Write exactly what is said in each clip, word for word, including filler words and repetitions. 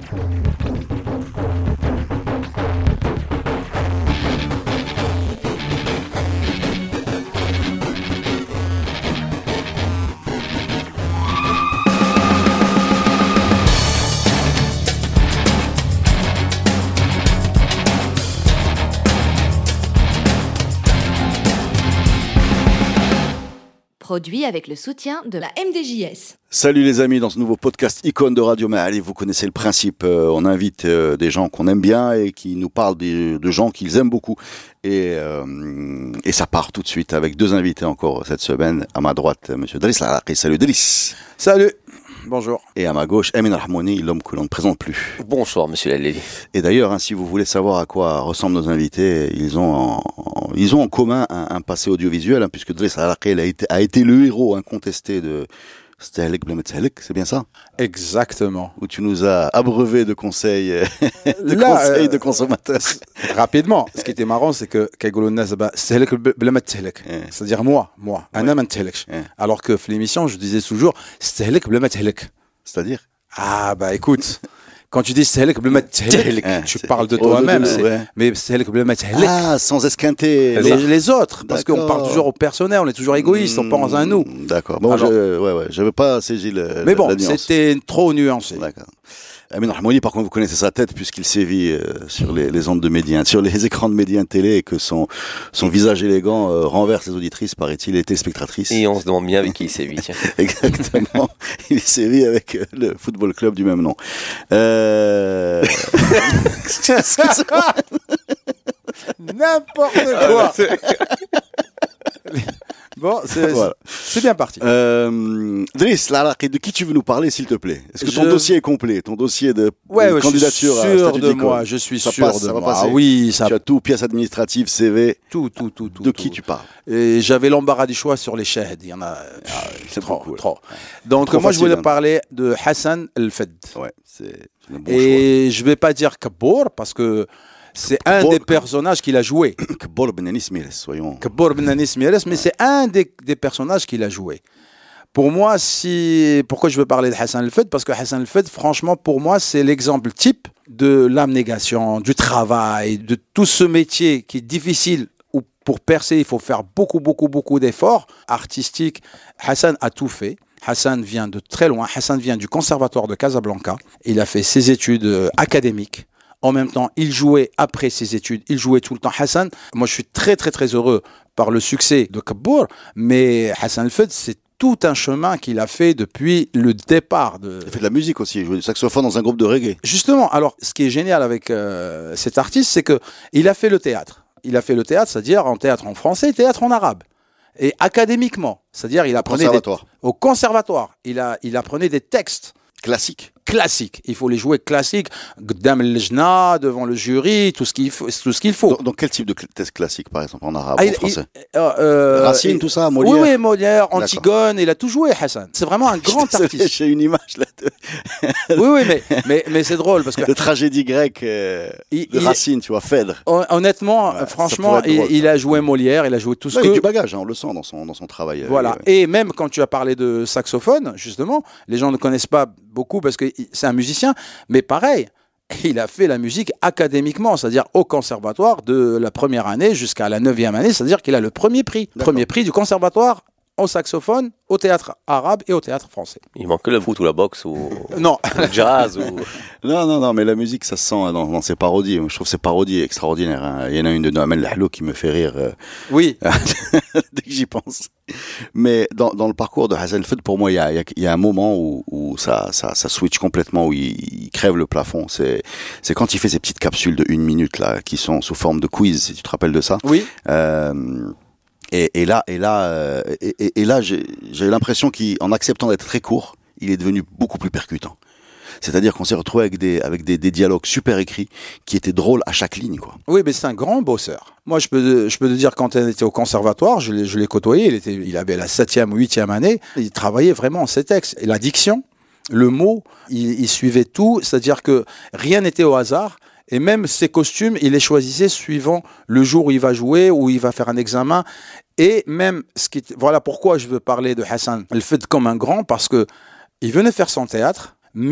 Produit avec le soutien de la M D J S. Salut les amis, dans ce nouveau podcast Icône de Radio. Mais allez, vous connaissez le principe, euh, on invite euh, des gens qu'on aime bien et qui nous parlent des, de gens qu'ils aiment beaucoup. Et, euh, et ça part tout de suite avec deux invités encore cette semaine. À ma droite, monsieur Driss Laraqi. Salut Driss. Salut. Bonjour. Et à ma gauche, Amin Rahmouni, l'homme que l'on ne présente plus. Bonsoir, monsieur Lelli. Et d'ailleurs, hein, si vous voulez savoir à quoi ressemblent nos invités, ils ont en, en, ils ont en commun un, un passé audiovisuel, hein, puisque Driss Laraqi a été, a été le héros incontesté de Stehlek Blemetzelek, c'est bien ça? Exactement. Où tu nous as abreuvé de conseils, de, Là, conseils euh, de consommateurs. Rapidement, ce qui était marrant, c'est que c'est-à-dire moi, moi, Ouais. Anna Mantelek. Ouais. Alors que l'émission, je disais toujours C'est-à-dire? Ah bah écoute, quand tu dis Ouais, tu c'est- parles de oh, toi-même, de- c'est- ouais. mais Ah, sans esquinter. les, les autres, parce qu'on D'accord. parle toujours au personnel, on est toujours égoïste, on pense à nous. Hmm, D'accord. Bon, Alors- je, ouais, ouais, j'avais pas saisi le. Mais la- bon, la nuance. c'était trop nuancé. D'accord. Amin Rahmouni, par contre, vous connaissez sa tête puisqu'il sévit euh, sur les, les ondes de Médien, sur les écrans de Médien télé et que son, son visage élégant euh, renverse les auditrices, paraît-il, et téléspectatrices. Et on se demande bien avec qui il sévit, tiens. Exactement. Il sévit avec euh, le football club du même nom. Euh... Excusez-moi. N'importe quoi. Bon, c'est Voilà. c'est bien parti. Euh, Driss Laraqi, de qui tu veux nous parler, s'il te plaît? Est-ce que ton Je- dossier est complet? Ton dossier de, Ouais, de ouais, candidature je à suis sûr statut de d'icône. moi, je suis Ça sûr passe, de ça va moi. passer. Ah oui, ça Tu as tout, pièce administrative, C V. tout, tout, tout, tout. De tout. qui tu parles? Et j'avais l'embarras du choix sur les shahd. Il y en a ah, c'est trop, beaucoup, ouais. trop. Donc Trop moi, je voulais facile, hein. parler de Hassan El-Fed. Ouais, c'est c'est un bon Et je vais pas dire Kabbour parce que c'est un Kabbour, des comme- personnages qu'il a joué. choix. Kabbour Ben Anis Mires, soyons. Kabbour Ben Anis Mires, mais c'est un des, des personnages qu'il a joué. Pour moi, si pourquoi je veux parler de Hassan El-Fed? Parce que Hassan El-Fed, franchement, pour moi, c'est l'exemple type de l'abnégation, du travail, de tout ce métier qui est difficile où pour percer, il faut faire beaucoup, beaucoup, beaucoup d'efforts artistiques. Hassan a tout fait. Hassan vient de très loin. Hassan vient du conservatoire de Casablanca. Il a fait ses études euh, académiques. En même temps, il jouait après ses études. Il jouait tout le temps. Hassan, moi, je suis très, très, très heureux par le succès de Kabbour. Mais Hassan El-Fed, c'est tout un chemin qu'il a fait depuis le départ de, Il fait de la musique aussi, il joue du saxophone dans un groupe de reggae. Justement, alors, ce qui est génial avec euh, cet artiste, c'est que il a fait le théâtre. Il a fait le théâtre, c'est-à-dire en théâtre en français, théâtre en arabe. Et académiquement, c'est-à-dire il apprenait des- Conservatoire. au conservatoire. Il a, il apprenait des textes Classique. classiques. Il faut les jouer classiques, Gdam el-Lejna, devant le jury, tout ce qu'il faut. Tout ce qu'il faut. Donc, donc quel type de cl- test classique, par exemple, en arabe, Ah, en il- français? il- euh, euh, Racine, il- tout ça, Molière? Oui, oui, Molière, D'accord. Antigone, il a tout joué, Hassan. C'est vraiment un grand Désolé, artiste. j'ai une image là de, Oui, oui, mais, mais, mais c'est drôle parce que de tragédie grecque euh, Il- de il- Racine, tu vois, Phèdre. hon- honnêtement, Ouais, ça franchement, pourrait être il, drôle, il ça. a joué Molière, il a joué tout ce Ouais, il y a que... du bagage, hein, on le sent dans son, dans son travail. euh, Voilà. ouais. Et même quand tu as parlé de saxophone, justement, les gens ne connaissent pas beaucoup parce que il- c'est un musicien, mais pareil, il a fait la musique académiquement, c'est-à-dire au conservatoire de la première année jusqu'à la neuvième année, c'est-à-dire qu'il a le premier prix, D'accord. premier prix du conservatoire au saxophone, au théâtre arabe et au théâtre français. Il manque que le foot ou la boxe ou Non, le jazz ou... Non, non, non, mais la musique, ça se sent dans, dans ses parodies. Je trouve ces parodies extraordinaires. Hein. Il y en a une de Noamel Lahlou qui me fait rire euh, oui, dès que j'y pense. Mais dans, dans le parcours de Hassan El-Fed, pour moi, il y a, il y a, il y a un moment où, où ça, ça, ça switch complètement, où il, il crève le plafond. C'est, c'est quand il fait ces petites capsules de une minute là, qui sont sous forme de quiz, si tu te rappelles de ça. oui. Euh, et, et là, et là, euh, et, et, et là, j'ai, j'ai l'impression qu'en acceptant d'être très court, il est devenu beaucoup plus percutant. C'est-à-dire qu'on s'est retrouvé avec des, avec des, des dialogues super écrits qui étaient drôles à chaque ligne, quoi. Oui, mais c'est un grand bosseur. Moi, je peux, je peux te dire, quand il était au conservatoire, je l'ai, je l'ai côtoyé, il, était, il avait la septième ou huitième année, il travaillait vraiment ses textes. Et la diction, le mot, il, il suivait tout, c'est-à-dire que rien n'était au hasard. Et même ses costumes, il les choisissait suivant le jour où il va jouer, où il va faire un examen. Et même, ce qui, voilà pourquoi je veux parler de Hassan El-Fed comme un grand, parce que il venait faire son théâtre, mais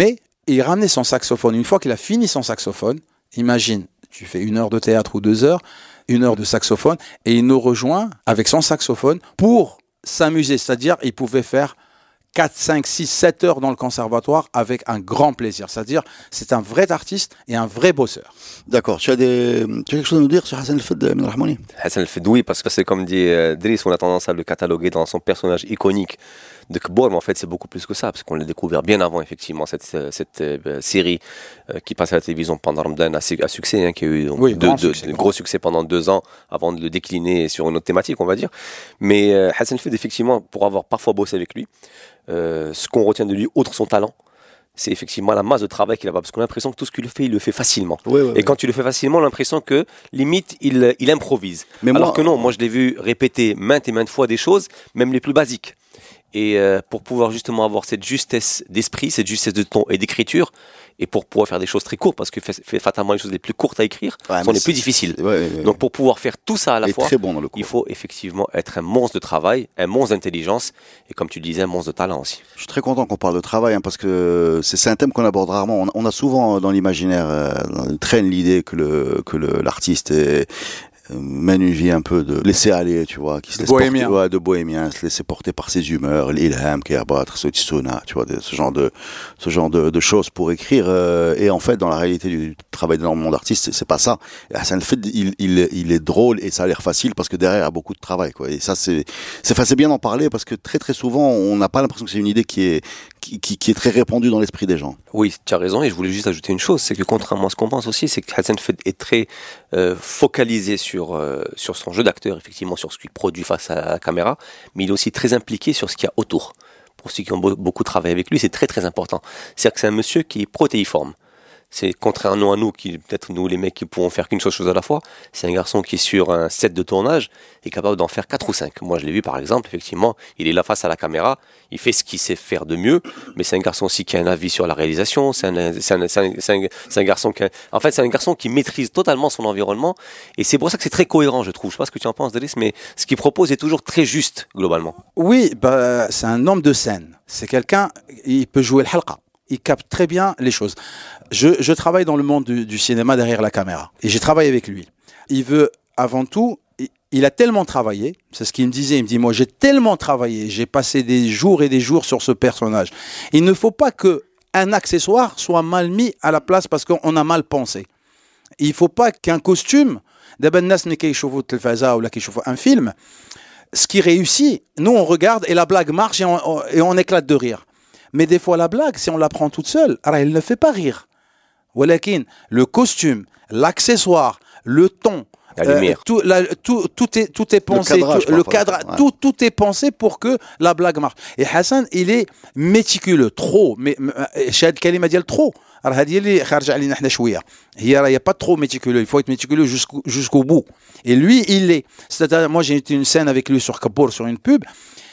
et il ramenait son saxophone. Une fois qu'il a fini son saxophone, imagine, tu fais une heure de théâtre ou deux heures, une heure de saxophone, et il nous rejoint avec son saxophone pour s'amuser. C'est-à-dire, il pouvait faire quatre, cinq, six, sept heures dans le conservatoire avec un grand plaisir. C'est-à-dire, c'est un vrai artiste et un vrai bosseur. D'accord. Tu as, des... tu as quelque chose à nous dire sur Hassan El-Fed, Min Rahmani? Hassan El-Fed, oui, parce que c'est comme dit euh, Driss, on a tendance à le cataloguer dans son personnage iconique de Kebbour, mais en fait c'est beaucoup plus que ça, parce qu'on l'a découvert bien avant effectivement cette, cette euh, série euh, qui passe à la télévision pendant Ramadan à, à succès, hein, qui a eu donc, oui, deux, grand, deux, succès, gros grand succès pendant deux ans avant de le décliner sur une autre thématique, on va dire. Mais euh, Hassan El-Fed, effectivement, pour avoir parfois bossé avec lui, euh, ce qu'on retient de lui, outre son talent, c'est effectivement la masse de travail qu'il a, parce qu'on a l'impression que tout ce qu'il fait, il le fait facilement. Oui, oui, et oui. quand tu le fais facilement, on a l'impression que limite, il, il improvise. Mais Alors moi, que non, moi je l'ai vu répéter maintes et maintes fois des choses, même les plus basiques. Et euh, pour pouvoir justement avoir cette justesse d'esprit, cette justesse de ton et d'écriture, et pour pouvoir faire des choses très courtes, parce que fait, fait fatalement les choses les plus courtes à écrire ouais, sont les plus difficiles. Ouais, ouais, ouais. Donc pour pouvoir faire tout ça à la Et fois, très bon dans le coup. il faut effectivement être un monstre de travail, un monstre d'intelligence, et comme tu le disais, un monstre de talent aussi. Je suis très content qu'on parle de travail, hein, parce que c'est, c'est un thème qu'on aborde rarement. On a, on a souvent dans l'imaginaire, euh, traîne l'idée que, le, que le, l'artiste est, mène une vie un peu de laisser aller, tu vois, qui se de laisse bohémien. porter, ouais, de bohémien, se laisser porter par ses humeurs, l'ilham, Kerbat, Tsuna, tu vois, de, ce genre de, ce genre de, de choses pour écrire. Euh, et en fait, dans la réalité du travail d'énormément d'artistes, c'est, c'est pas ça. Hassan El-Fed, il, il, il est drôle et ça a l'air facile parce que derrière, il y a beaucoup de travail, quoi. Et ça, c'est, c'est, enfin, c'est bien d'en parler parce que très, très souvent, on n'a pas l'impression que c'est une idée qui est, qui, qui, qui est très répandue dans l'esprit des gens. Oui, tu as raison, et je voulais juste ajouter une chose, c'est que contrairement à ce qu'on pense aussi, c'est que Hassan El-Fed est très euh, focalisé sur, euh, sur son jeu d'acteur, effectivement, sur ce qu'il produit face à la caméra, mais il est aussi très impliqué sur ce qu'il y a autour. Pour ceux qui ont be- beaucoup travaillé avec lui, c'est très très important. C'est-à-dire que c'est un monsieur qui est protéiforme. C'est contrairement à nous, qui peut-être nous les mecs qui pourront faire qu'une seule chose à la fois, c'est un garçon qui sur un set de tournage est capable d'en faire quatre ou cinq. Moi je l'ai vu par exemple, effectivement, il est là face à la caméra, il fait ce qu'il sait faire de mieux, mais c'est un garçon aussi qui a un avis sur la réalisation, c'est un, c'est un, c'est un, c'est un, c'est un garçon qui a, en fait c'est un garçon qui maîtrise totalement son environnement, et c'est pour ça que c'est très cohérent je trouve. Je sais pas ce que tu en penses Driss, mais ce qu'il propose est toujours très juste globalement. Oui, bah, c'est un homme de scène. C'est quelqu'un, il peut jouer le halqa. Il capte très bien les choses. Je, je travaille dans le monde du, du cinéma derrière la caméra. Et j'ai travaillé avec lui. Il veut, avant tout, il, il a tellement travaillé. C'est ce qu'il me disait. Il me dit, moi, j'ai tellement travaillé. J'ai passé des jours et des jours sur ce personnage. Il ne faut pas qu'un accessoire soit mal mis à la place parce qu'on a mal pensé. Il ne faut pas qu'un costume, d'abord, les gens qui voient التلفزة ou qui voient un film, ce qui réussit, nous, on regarde et la blague marche et on, et on éclate de rire. Mais des fois, la blague, si on la prend toute seule, alors elle ne fait pas rire. Walakin, le costume, l'accessoire, le ton, la lumière, euh, tout, la, tout, tout, est, tout est pensé, le cadrage, tout, le cadre, ouais. tout, tout est pensé pour que la blague marche. Et Hassan, il est méticuleux, trop. Mais Shahad Kalima dit trop. Alors, هذه اللي خارج علينا احنا شويه. هي راه y a pas trop méticuleux, il faut être méticuleux jusqu'au, jusqu'au bout. Et lui, il est. C'est-à-dire, moi, j'ai été une scène avec lui sur Kebbour, sur une pub.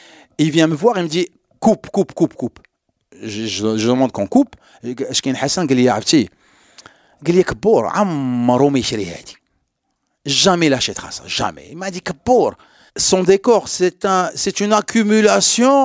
Il vient me voir, il me dit coupe, coupe, coupe, coupe. Je, je, je demande qu'on coupe. اش كاين حسن قال لي يا عبتي قال لي كبور عمرو ما يشري هذه jamais il achètera ça jamais. Il m'a dit Kebbour, son décor c'est un c'est une accumulation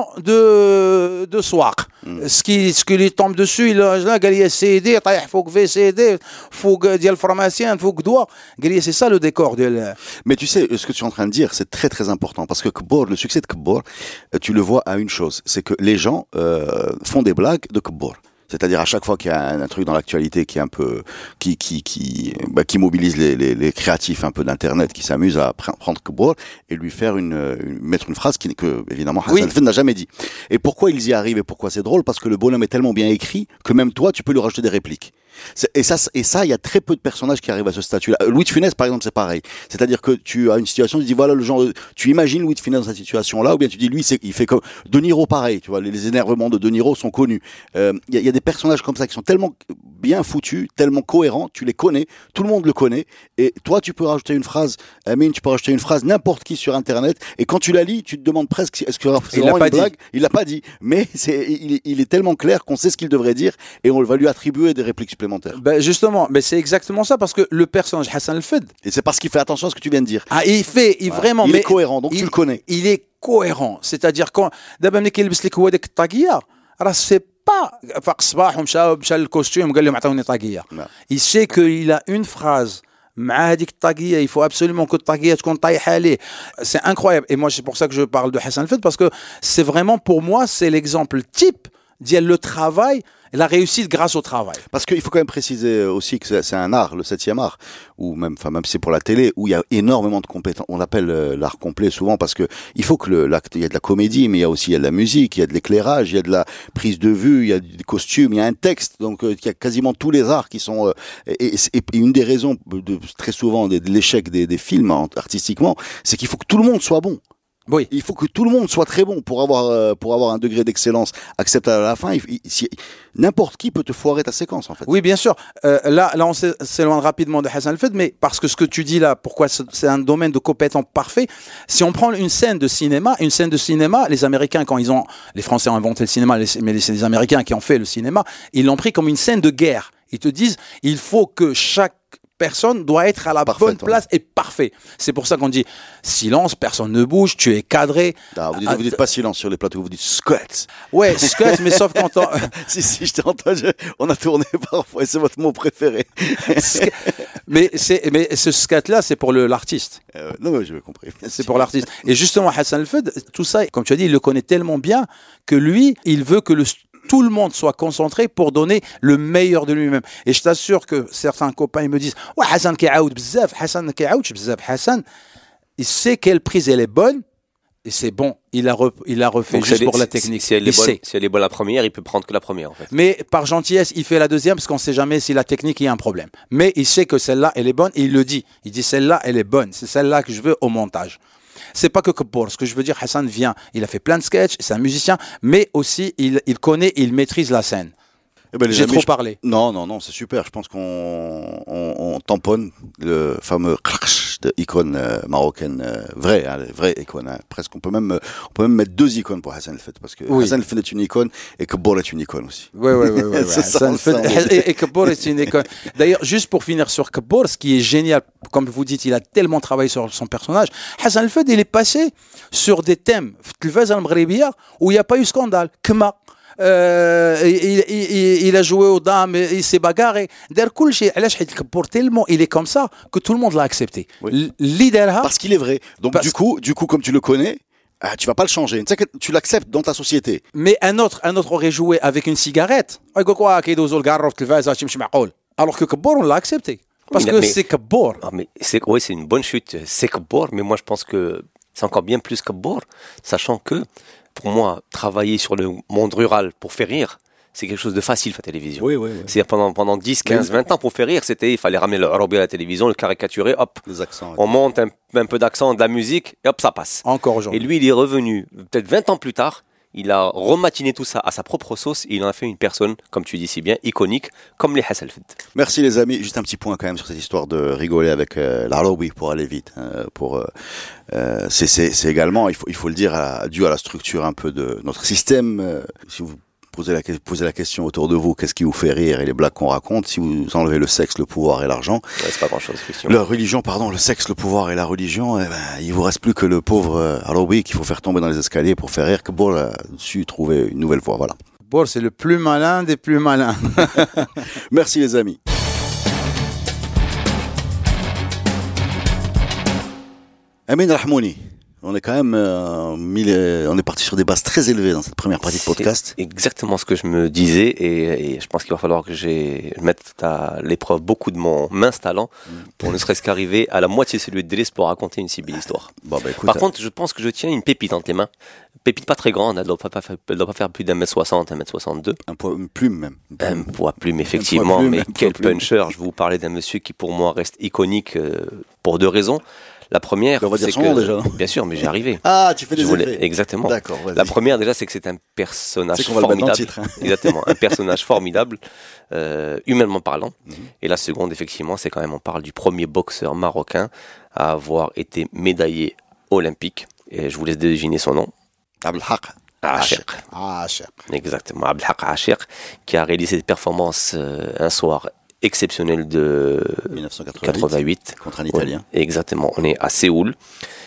de de swaq. Mm. ce qui ce qui lui tombe dessus il là قال لي سي دي طايح فوق في سي دي فوق ديال الفرماسيان فوق دواء قال لي c'est ça le décor de. Mais tu sais ce que tu es en train de dire c'est très très important parce que Kebbour, le succès de Kebbour, tu le vois à une chose, c'est que les gens euh, font des blagues de Kebbour. C'est-à-dire à chaque fois qu'il y a un, un truc dans l'actualité qui est un peu qui qui qui bah, qui mobilise les, les les créatifs un peu d'internet qui s'amusent à pr- prendre Kebbour et lui faire une, une mettre une phrase qui que évidemment Hassan El-Fed n'a jamais dit. Et pourquoi ils y arrivent et pourquoi c'est drôle? Parce que le bonhomme est tellement bien écrit que même toi tu peux lui rajouter des répliques. C'est, et ça, et ça, il y a très peu de personnages qui arrivent à ce statut-là. Louis de Funès, par exemple, c'est pareil. C'est-à-dire que tu as une situation, tu dis voilà le genre, tu imagines Louis de Funès dans cette situation-là, ou bien tu dis lui, c'est, il fait comme De Niro, pareil. Tu vois, les, les énervements de De Niro sont connus. Euh, il y a, il y a des personnages comme ça qui sont tellement bien foutus, tellement cohérents, tu les connais, tout le monde le connaît, et toi, tu peux rajouter une phrase, Amine, tu peux rajouter une phrase n'importe qui sur Internet, et quand tu la lis, tu te demandes presque, est-ce que c'est il vraiment l'a pas une blague? dit. Il l'a pas dit, mais c'est, il, il est tellement clair qu'on sait ce qu'il devrait dire, et on va lui attribuer des répliques supplémentaires. Ben justement, mais c'est exactement ça parce que le personnage Hassan El-Fed. Et c'est parce qu'il fait attention à ce que tu viens de dire. Ah, il fait, il ouais. vraiment. Il mais est cohérent, donc il, tu le connais. Il est cohérent, c'est-à-dire quand d'abord ملي كيلبس لك هو ديك الطاقيه راه c'est pas فاق الصباح ومشى مشى للكوستيم وقال لهم عطوني طاقيه. Il sait qu'il a une phrase مع هذيك الطاقيه, il faut absolument que الطاقيه تكون طايحه عليه. C'est incroyable. Et moi c'est pour ça que je parle de Hassan El-Fed, parce que c'est vraiment, pour moi, c'est l'exemple type d'y le travail, la réussite grâce au travail. Parce qu'il faut quand même préciser aussi que c'est, c'est un art, le septième art, ou même, enfin même si c'est pour la télé, où il y a énormément de compétences. On l'appelle euh, l'art complet souvent parce que il faut que le, l'acte, il y a de la comédie, mais il y a aussi il y a de la musique, il y a de l'éclairage, il y a de la prise de vue, il y a des costumes, il y a un texte. Donc euh, il y a quasiment tous les arts qui sont. Euh, et, et, et une des raisons de, très souvent de, de l'échec des, des films artistiquement, c'est qu'il faut que tout le monde soit bon. Oui. Il faut que tout le monde soit très bon pour avoir euh, pour avoir un degré d'excellence acceptable à la fin. Il, il, si, n'importe qui peut te foirer ta séquence en fait. Oui, bien sûr. Euh, là, là, on s'éloigne rapidement de Hassan El-Fed, mais parce que ce que tu dis là, pourquoi c'est un domaine de compétence parfait. Si on prend une scène de cinéma, une scène de cinéma, les Américains, quand ils ont, les Français ont inventé le cinéma, les, mais c'est les Américains qui ont fait le cinéma, ils l'ont pris comme une scène de guerre. Ils te disent, il faut que chaque personne doit être à la Parfait, bonne place et parfait. C'est pour ça qu'on dit silence, personne ne bouge, tu es cadré. Ah, vous, dites, vous dites pas silence sur les plateaux, vous dites squat. Ouais, squat, mais sauf quand on... si, si, je t'ai entendu, on a tourné parfois et c'est votre mot préféré. mais, c'est, mais ce squat-là, c'est pour le, l'artiste. Euh, non, mais j'ai compris. C'est pour l'artiste. Et justement, Hassan El-Fed, tout ça, comme tu as dit, il le connaît tellement bien que lui, il veut que le tout le monde soit concentré pour donner le meilleur de lui-même. Et je t'assure que certains copains ils me disent ouais, Hassan qui aout bzaf, Hassan qui aout bzaf. Hassan, il sait quelle prise elle est bonne et c'est bon. Il a re, il a refait. Donc juste pour les, la technique. Si elle, est bonne, si elle est bonne la première, il peut prendre que la première en fait. Mais par gentillesse, il fait la deuxième parce qu'on ne sait jamais si la technique il y a un problème. Mais il sait que celle-là elle est bonne et il le dit. Il dit celle-là elle est bonne. C'est celle-là que je veux au montage. C'est pas que Kebbour. Ce que je veux dire, Hassan vient, il a fait plein de sketchs, c'est un musicien, mais aussi il, il connaît, il maîtrise la scène. Eh ben, J'ai amis, trop je... parlé. Non, non, non, c'est super. Je pense qu'on on, on tamponne le fameux krach de icône euh, marocaine euh, vraie, hein, vraie icône. Hein. Presque, on peut même, on peut même mettre deux icônes pour Hassan El-Fed parce que oui. Hassan El-Fed est une icône et Kebbour est une icône aussi. Oui, oui, oui. oui, oui. Hassan El-Fed et, et Kebbour est une icône. D'ailleurs, juste pour finir sur Kebbour, ce qui est génial, comme vous dites, il a tellement travaillé sur son personnage. Hassan El-Fed, il est passé sur des thèmes où il n'y a pas eu scandale. Kma. Euh, il, il, il a joué aux dames, il s'est bagarré. D'ailleurs, tellement il est comme ça que tout le monde l'a accepté. Oui. Parce qu'il est vrai. Donc Parce... du coup, du coup, comme tu le connais, ah, tu vas pas le changer. Tu l'acceptes dans ta société. Mais un autre, un autre aurait joué avec une cigarette. Alors que Kebbour, on l'a accepté. Parce mais, que mais, c'est Kebbour. Ah, mais c'est, oui, c'est une bonne chute. C'est Kebbour, mais moi je pense que c'est encore bien plus Kebbour, sachant que pour moi, travailler sur le monde rural pour faire rire, c'est quelque chose de facile à la télévision. Oui, oui, oui. C'est pendant, pendant dix, quinze, vingt ans pour faire rire, c'était, il fallait ramener le arabe à la télévision, le caricaturer, hop. Les accents. On monte un, un peu d'accent, de la musique, et hop, ça passe. Encore aujourd'hui. Et lui, il est revenu, peut-être vingt ans plus tard, il a rematiné tout ça à sa propre sauce et il en a fait une personne, comme tu dis si bien, iconique, comme les Hassan El-Fed. Merci les amis. Juste un petit point quand même sur cette histoire de rigoler avec euh, l'arabi pour aller vite. Hein, pour, euh, c'est, c'est, c'est également, il faut, il faut le dire, à, dû à la structure un peu de notre système. Euh, si vous posez la, posez la question autour de vous, qu'est-ce qui vous fait rire et les blagues qu'on raconte, si vous enlevez le sexe, le pouvoir et l'argent, ouais, c'est pas grand-chose, la religion, pardon, le sexe, le pouvoir et la religion, eh ben, il vous reste plus que le pauvre euh, arabi qu'il faut faire tomber dans les escaliers pour faire rire, que bon, là-dessus, trouver une nouvelle voie, voilà. Bon, c'est le plus malin des plus malins. Merci les amis. Amin Rahmouni. On est quand même, euh, mille, on est parti sur des bases très élevées dans cette première partie de podcast. C'est exactement ce que je me disais et, et je pense qu'il va falloir que j'ai, je mette à l'épreuve beaucoup de mon mince talent pour ne serait-ce qu'arriver à la moitié de celui de Driss pour raconter une si belle histoire. Bon, bah, écoute, Par euh... contre, je pense que je tiens une pépite entre les mains. Pépite pas très grande, elle ne doit pas, doit pas faire plus d'un mètre soixante, un mètre soixante-deux. Un poids, une plume même. Une plume. Un poids plume, effectivement, plume, mais quel puncher. Je vais vous parler d'un monsieur qui pour moi reste iconique euh, pour deux raisons. La première, on va c'est dire son que, nom déjà. Bien sûr, mais j'y arrivais. Ah, tu fais des voulais, effets. Exactement. D'accord. Vas-y. La première déjà, c'est que c'est un personnage c'est qu'on va formidable. le mettre dans le titre, hein. Exactement, un personnage formidable, euh, humainement parlant. Mm-hmm. Et la seconde, effectivement, c'est quand même on parle du premier boxeur marocain à avoir été médaillé olympique. Et je vous laisse deviner son nom. Abdelhak Achir. Achir. Exactement, Abdelhak Achir, qui a réalisé des performances euh, un soir exceptionnel de dix-neuf cent quatre-vingt-huit contre un Italien. On, exactement, on est à Séoul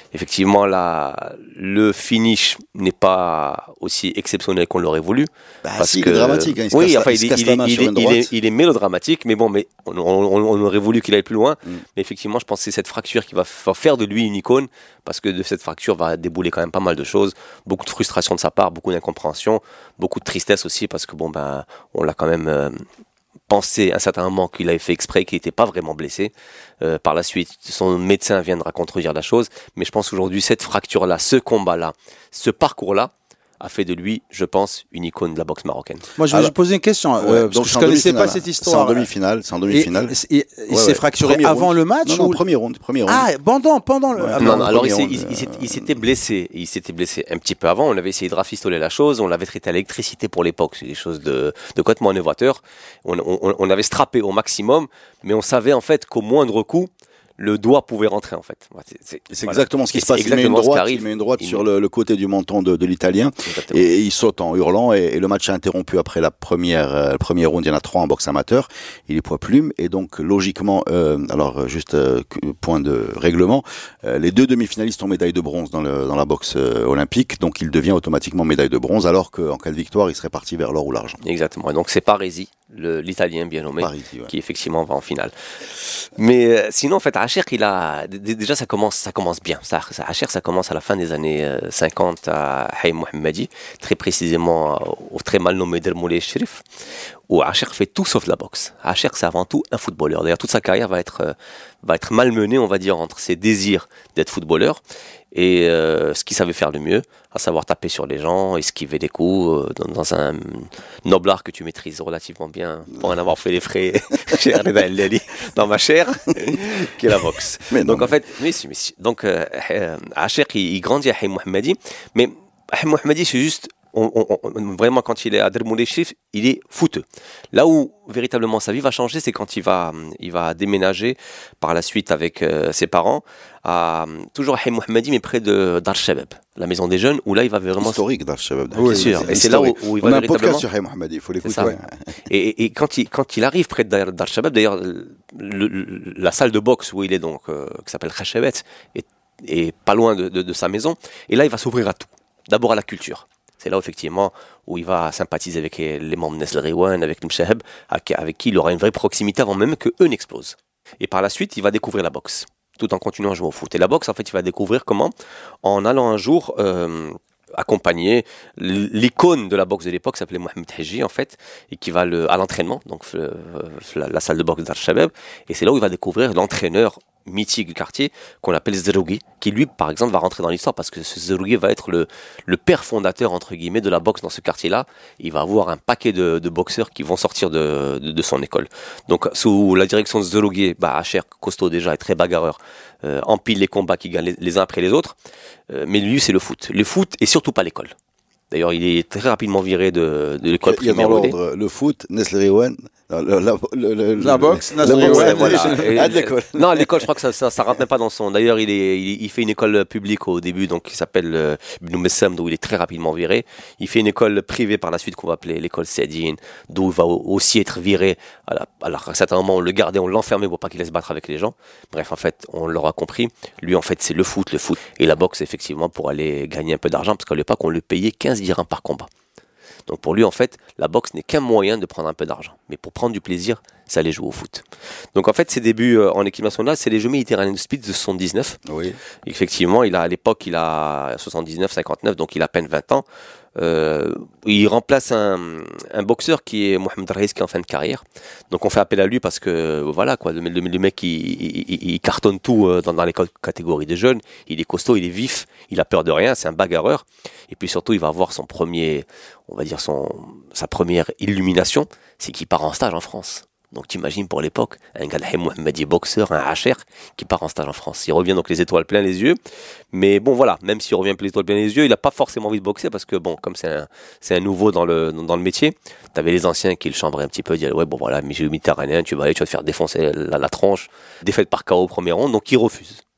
Effectivement, la, le finish n'est pas aussi exceptionnel qu'on l'aurait voulu. Bah, parce si, que, il est dramatique. Hein, il, oui, se enfin, il, il, il, il, il, il, il, est, il est mélodramatique, mais bon, mais on, on, on aurait voulu qu'il aille plus loin. Mm. Mais effectivement, je pense que c'est cette fracture qui va faire de lui une icône, parce que de cette fracture va débouler quand même pas mal de choses. Beaucoup de frustration de sa part, beaucoup d'incompréhension, beaucoup de tristesse aussi, parce que bon, ben, on l'a quand même euh, pensé à un certain moment qu'il avait fait exprès, qu'il n'était pas vraiment blessé. Euh, par la suite, son médecin viendra contredire la chose, mais je pense qu'aujourd'hui, cette fracture-là, ce combat-là, ce parcours-là, a fait de lui, je pense, une icône de la boxe marocaine. Moi, je vais Alors, poser une question. Ouais, euh, parce que je ne connaissais pas cette histoire. C'est en demi-finale. C'est en demi-finale. Et, et, il ouais, s'est ouais. fracturé premier avant round. le match Non, non, ou... premier round. Premier round. Ah, pendant, pendant le. Ouais, non, non, non, alors il, round, il, il, il s'était blessé. Il s'était blessé un petit peu avant. On avait essayé de rafistoler la chose. On l'avait traité à l'électricité pour l'époque. C'est des choses de, de complètement novateur. On, on, on avait strappé au maximum, mais on savait en fait qu'au moindre coup, le doigt pouvait rentrer en fait. C'est, c'est, c'est voilà. exactement ce qui et se passe. Il met une droite, il met une droite il sur met... le, le côté du menton de, de l'Italien et, et il saute en hurlant et, et le match est interrompu après la première, euh, première round. Il y en a trois en boxe amateur. Il est poids plume et donc logiquement, euh, alors juste euh, point de règlement, euh, les deux demi-finalistes ont médaille de bronze dans, le, dans la boxe euh, olympique, donc il devient automatiquement médaille de bronze alors qu'en cas de victoire, il serait parti vers l'or ou l'argent. Exactement. Et donc c'est Parisi, le, l'Italien bien nommé, Parisi, ouais. qui effectivement va en finale. Mais euh, sinon en fait, Acher, il a déjà ça commence, ça commence bien. Ça, ça, Acher, ça commence à la fin des années euh, cinquante à Haïm Mohammadi, très précisément au, au très mal nommé Dermoulay Sherif, où Acher fait tout sauf de la boxe. Acher, c'est avant tout un footballeur. D'ailleurs, toute sa carrière va être euh, va être malmenée, on va dire, entre ses désirs d'être footballeur et euh, ce qu'il savait faire le mieux, à savoir taper sur les gens, esquiver des coups euh, dans, dans un noble art que tu maîtrises relativement bien pour en avoir fait les frais chez Reda El Lali dans ma chair, qui est la boxe. Mais donc non, en fait, mais si, mais si. Donc euh, euh, Acher, il, il grandit à Haïm Mohammadi, mais Haïm Mohammadi, c'est juste On, on, on, vraiment quand il est à Dermoulay Sherif, il est fouteux. Là où véritablement sa vie va changer, c'est quand il va, il va déménager par la suite avec euh, ses parents à toujours à Haïm Mohammadi, mais près de Dar Shabab, la maison des jeunes, où là il va vraiment historique Dar Shabab. Oui, bien sûr. Et c'est là où, où il on va a véritablement. Un podcast sur Haïm Mohammadi, il faut l'écouter. Ouais. Et, et quand il quand il arrive près de Dar, Dar Shabab, d'ailleurs, le, le, la salle de boxe où il est donc, euh, qui s'appelle Khashabet, est, est pas loin de, de, de sa maison. Et là, il va s'ouvrir à tout. D'abord à la culture. C'est là, effectivement, où il va sympathiser avec les membres de Nesl Rewan, avec Mshaheb, avec qui il aura une vraie proximité avant même qu'eux n'explosent. Et par la suite, il va découvrir la boxe, tout en continuant à jouer au foot. Et la boxe, en fait, il va découvrir comment, en allant un jour euh, accompagner l'icône de la boxe de l'époque, s'appelait Mohamed Haji, en fait, et qui va le, à l'entraînement, donc euh, la, la salle de boxe d'Al Shabab. Et c'est là où il va découvrir l'entraîneur mythique du quartier qu'on appelle Zerougui, qui lui par exemple va rentrer dans l'histoire parce que ce Zerougui va être le, le père fondateur entre guillemets de la boxe dans ce quartier-là. Il va avoir un paquet de, de boxeurs qui vont sortir de, de, de son école. Donc sous la direction de Zerougui, bah, Acher, costaud déjà et très bagarreur, euh, empile les combats qui gagnent les, les uns après les autres, euh, mais lui c'est le foot. Le foot et surtout pas l'école. D'ailleurs, il est très rapidement viré de, de l'école primaire. Il y a dans l'ordre le foot, Nesl Rewan, la, la, la, la, la boxe, la boxe, ouais, voilà. Et, l'école. Non, l'école, je crois que ça, ça, ça rentre même pas dans son. D'ailleurs, il est, il, il fait une école publique au début, donc qui s'appelle euh, Ibn Messam, d'où il est très rapidement viré. Il fait une école privée par la suite qu'on va appeler l'école Saadine, d'où il va aussi être viré. Alors, à un certain moment, on le gardait, on l'enfermait pour pas qu'il laisse battre avec les gens. Bref, en fait, on l'aura compris. Lui, en fait, c'est le foot, le foot et la boxe, effectivement, pour aller gagner un peu d'argent, parce qu'à l'époque, on le payait quinze dirhams par combat. Donc pour lui, en fait, la boxe n'est qu'un moyen de prendre un peu d'argent. Mais pour prendre du plaisir, ça allait jouer au foot. Donc en fait, ses débuts euh, en équipe nationale, c'est les Jeux méditerranéens de speed de soixante-dix-neuf. Oui. Effectivement, il a, à l'époque, il a soixante-dix-neuf, cinquante-neuf, donc il a à peine vingt ans. Euh, il remplace un, un boxeur qui est Mohamed Reis, qui est en fin de carrière. Donc on fait appel à lui parce que voilà quoi, le, le, le mec il, il, il cartonne tout dans, dans les catégories des jeunes. Il est costaud, il est vif, il a peur de rien, c'est un bagarreur. Et puis surtout, il va avoir son premier, on va dire son sa première illumination, c'est qu'il part en stage en France. Donc t'imagines pour l'époque, un gars de Haïm Mohammadi, boxeur, un Acher, qui part en stage en France. Il revient donc les étoiles plein les yeux. Mais bon voilà, même s'il revient les étoiles plein les yeux, il n'a pas forcément envie de boxer parce que bon, comme c'est un, c'est un nouveau dans le, dans le métier, t'avais les anciens qui le chambraient un petit peu, disaient ouais bon voilà, Michel Méditerranéen, tu vas aller, tu vas te faire défoncer la, la tronche, défaite par K O au premier round, donc il refuse.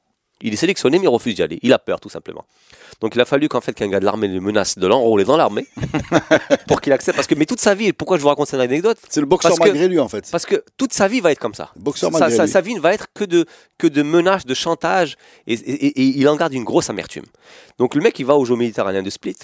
Il est sélectionné, mais il refuse d'y aller. Il a peur, tout simplement. Donc, il a fallu qu'en fait, qu'un gars de l'armée le menace de l'enrôler dans l'armée pour qu'il accepte. Parce que, mais toute sa vie, pourquoi je vous raconte cette anecdote? C'est le boxeur parce que, malgré lui, en fait. Parce que toute sa vie va être comme ça. Boxeur sa, malgré sa, lui. sa vie ne va être que de, que de menaces, de chantage, et, et, et, et il en garde une grosse amertume. Donc, le mec, il va aux Jeux méditerranéens de Split.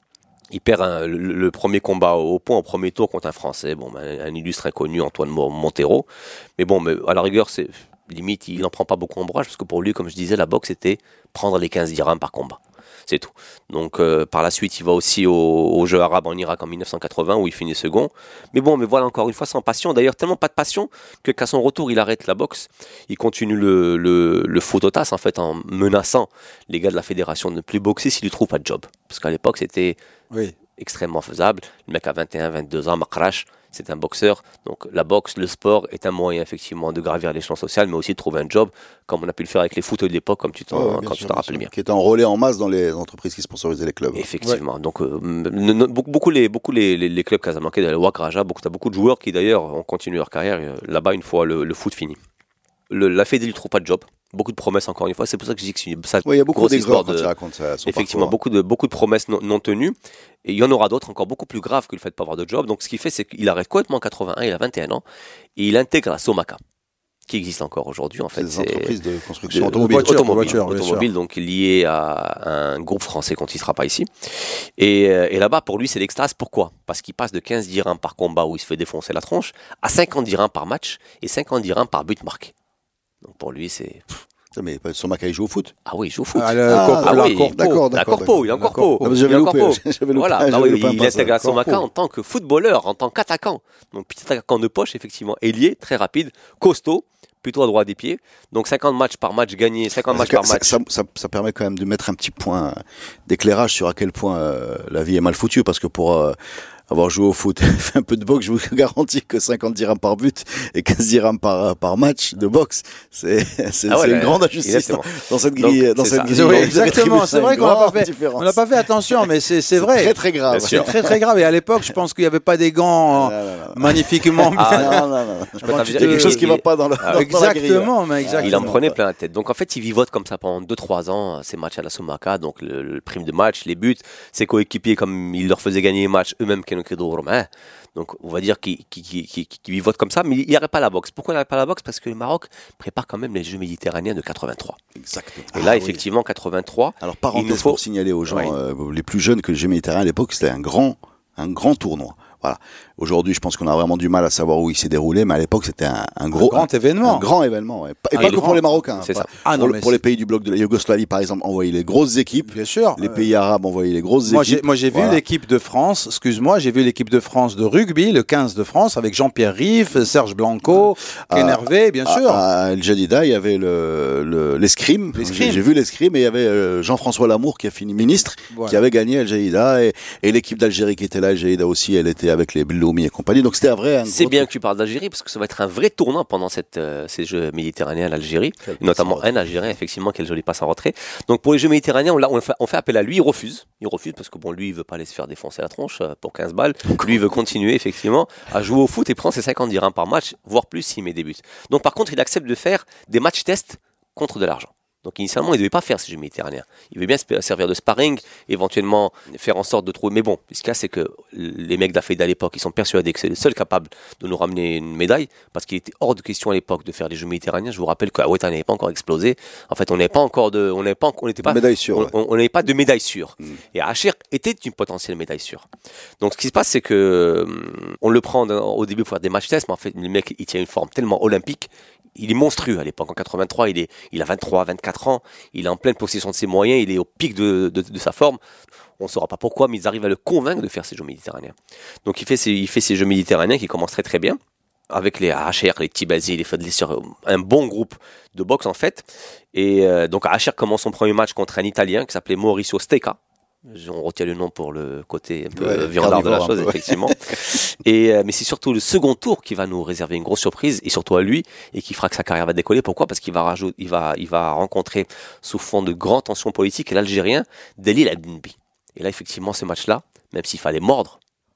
Il perd un, le, le premier combat au point, au premier tour contre un Français, bon, ben, un illustre inconnu, Antoine Montero. Mais bon, mais à la rigueur, c'est limite, il n'en prend pas beaucoup en broche, parce que pour lui, comme je disais, la boxe, c'était prendre les quinze dirhams par combat. C'est tout. Donc, euh, par la suite, il va aussi aux, aux Jeux arabes en Irak en mille neuf cent quatre-vingts, où il finit second. Mais bon, mais voilà, encore une fois, sans passion. D'ailleurs, tellement pas de passion que qu'à son retour, il arrête la boxe. Il continue le, le, le phototas, en fait, en menaçant les gars de la fédération de ne plus boxer s'il ne trouve pas de job. Parce qu'à l'époque, c'était Oui. extrêmement faisable. Le mec a vingt et un, vingt-deux ans, Makrash, c'est un boxeur. Donc la boxe, le sport est un moyen effectivement de gravir l'échelon social, mais aussi de trouver un job, comme on a pu le faire avec les footeux de l'époque, comme tu t'en, Ouais, quand sûr, tu t'en rappelles bien. Qui est enrôlé en masse dans les entreprises qui sponsorisaient les clubs. Effectivement. Ouais. Donc euh, beaucoup, beaucoup, les, beaucoup les, les, les clubs casablancais, le Wak Raja, beaucoup, t'as beaucoup de joueurs qui d'ailleurs ont continué leur carrière euh, là-bas une fois le, le foot fini. Le, la Fédé ne trouve pas de job. Beaucoup de promesses encore une fois, c'est pour ça que je dis que c'est une ça, oui, il y a beaucoup d'exemples de, quand tu racontes ça. Effectivement, beaucoup de, beaucoup de promesses non, non tenues. Et il y en aura d'autres encore beaucoup plus graves que le fait de ne pas avoir de job. Donc ce qu'il fait, c'est qu'il arrête complètement en quatre-vingt-un, il a vingt et un ans, et il intègre la Somaka, qui existe encore aujourd'hui. En fait, c'est des c'est entreprises de construction de, automobile. Voiture, automobile, voiture, automobile donc lié à un groupe français qu'on ne sera pas ici. Et, et là-bas, pour lui, c'est l'extase. Pourquoi? Parce qu'il passe de quinze dirhams par combat où il se fait défoncer la tronche à cinquante dirhams par match et cinquante dirhams par but marqué. Donc pour lui, c'est... Mais Somaka, il joue au foot. Ah oui, il joue au foot. Ah, le ah, corpo, ah la oui, corpo. d'accord, La d'accord. corpo, il est en corpo. Ah, j'avais loupé, j'avais loupé, voilà, j'avais ah oui, loupé un il passage. intègre la Somaka Corpo. en tant que footballeur, en tant qu'attaquant. Donc petit attaquant de poche, effectivement, ailier, très rapide, costaud, plutôt à droit des pieds. Donc cinquante matchs par match gagnés, cinquante matchs par ça, match. Ça, ça, ça permet quand même de mettre un petit point d'éclairage sur à quel point euh, la vie est mal foutue, parce que pour euh, avoir joué au foot et fait un peu de boxe, je vous garantis que cinquante dirhams par but et quinze dirhams par, par match de boxe, c'est, c'est, ah ouais, c'est là, une grande injustice dans, dans cette grille. Donc, dans c'est cette ça. grille Oui, exactement, c'est vrai qu'on n'a pas fait, différence. on n'a pas fait attention, mais c'est, c'est vrai. C'est très très grave. C'est très très grave. Et à l'époque, je pense qu'il n'y avait pas des gants Non, non, non. magnifiquement bien. Ah, non, non, non. Je peux t'inviter- Il y a quelque chose qui il- va pas dans, le, Ah, dans, dans la grille. Exactement, mais exactement. Il en prenait plein la tête. Donc en fait, il vivote comme ça pendant deux trois ans, ces matchs à la Somaka, donc le, le prime de match, les buts, ses coéquipiers, comme il leur faisait gagner les matchs, eux-mêmes, hein. Donc on va dire qu'il, qu'il, qu'il, qu'il, qu'il vivote comme ça, mais il n'y aurait pas la boxe. Pourquoi il n'y aurait pas la boxe? Parce que le Maroc prépare quand même les Jeux méditerranéens de quatre-vingt-trois. Exactement. Et là, Ah, effectivement, oui. quatre-vingt-trois. Alors il parenthèse nous faut- pour signaler aux gens Ouais. euh, les plus jeunes que le Jeux méditerranéen à l'époque, c'était un grand, un grand tournoi. Voilà. Aujourd'hui, je pense qu'on a vraiment du mal à savoir où il s'est déroulé, mais à l'époque, c'était un, un gros, Un grand événement. un grand événement. Ouais. Et Un pas que grand- pour les Marocains. c'est pas- ça. Ah, pour non, le- mais pour les c'est- pays du bloc de la Yougoslavie, par exemple, envoyaient les grosses équipes. Bien sûr. Les Euh, pays arabes envoyaient les grosses Moi j'ai, équipes. moi j'ai vu Voilà. l'équipe de France, excuse-moi, j'ai vu l'équipe de France de rugby, le quinze de France, avec Jean-Pierre Riff, Serge Blanco, Ah, Ken Hervé, bien sûr. À, à El Jadida, il y avait le, le, l'escrime. L'escrime. J'ai, j'ai vu l'escrime et il y avait euh, Jean-François Lamour qui a fini ministre, Voilà. qui avait gagné El Jadida et, et l'équipe d'Algérie qui était là, El Jadida aussi, elle était avec les Belloumi et compagnie. Donc c'était un vrai. Un C'est gros bien truc. que tu parles d'Algérie parce que ça va être un vrai tournant pendant cette, euh, ces Jeux méditerranéens d'Algérie, Quel notamment passe en un Algérien effectivement qui a le joli passe en retrait. Donc pour les Jeux méditerranéens, on, l'a- on, fait, on fait appel à lui, il refuse, il refuse parce que bon lui il veut pas aller se faire défoncer la tronche euh, pour quinze balles. Lui il veut continuer effectivement à jouer au foot et prend ses cinquante dirhams par match, voire plus s'il met des buts. Donc par contre il accepte de faire des matchs tests contre de l'argent. Donc initialement, il ne devait pas faire ces Jeux méditerranéens. Il devait bien se servir de sparring, éventuellement faire en sorte de trouver. Mais bon, ce qu'il y a, c'est que les mecs de la Fédé à l'époque, ils sont persuadés que c'est le seul capable de nous ramener une médaille, parce qu'il était hors de question à l'époque de faire les Jeux méditerranéens. Je vous rappelle qu'à Ouattara n'avait pas encore explosé. En fait, on n'avait pas encore de, on n'avait pas, on n'était pas, Médaille sûre, on- ouais. on on n'avait pas de médaille sûre. Mm. Et Achir était une potentielle médaille sûre. Donc ce qui se passe, c'est que hum, on le prend dans- au début pour faire des matchs tests, mais en fait, le mec, il tient une forme tellement olympique. Il est monstrueux à l'époque. En quatre-vingt-trois, il, est, il a vingt-trois, vingt-quatre ans. Il est en pleine possession de ses moyens. Il est au pic de, de, de sa forme. On ne saura pas pourquoi, mais ils arrivent à le convaincre de faire ces Jeux méditerranéens. Donc il fait ces, il fait ces Jeux méditerranéens qui commencent très très bien. Avec les H R, les Tibazi, les Fadli, sur un bon groupe de boxe en fait. Et euh, donc H R commence son premier match contre un Italien qui s'appelait Mauricio Stecca. On retient le nom pour le côté un peu Ouais, viandard de la carnivore un chose, peu, ouais. effectivement. Et, euh, mais c'est surtout le second tour qui va nous réserver une grosse surprise, et surtout à lui, et qui fera que sa carrière va décoller. Pourquoi? Parce qu'il va, rajouter, il va, il va rencontrer, sous fond de grandes tensions politiques, l'Algérien Delil Abdenbi. Et là, effectivement, ce match-là, même s'il fallait mordre,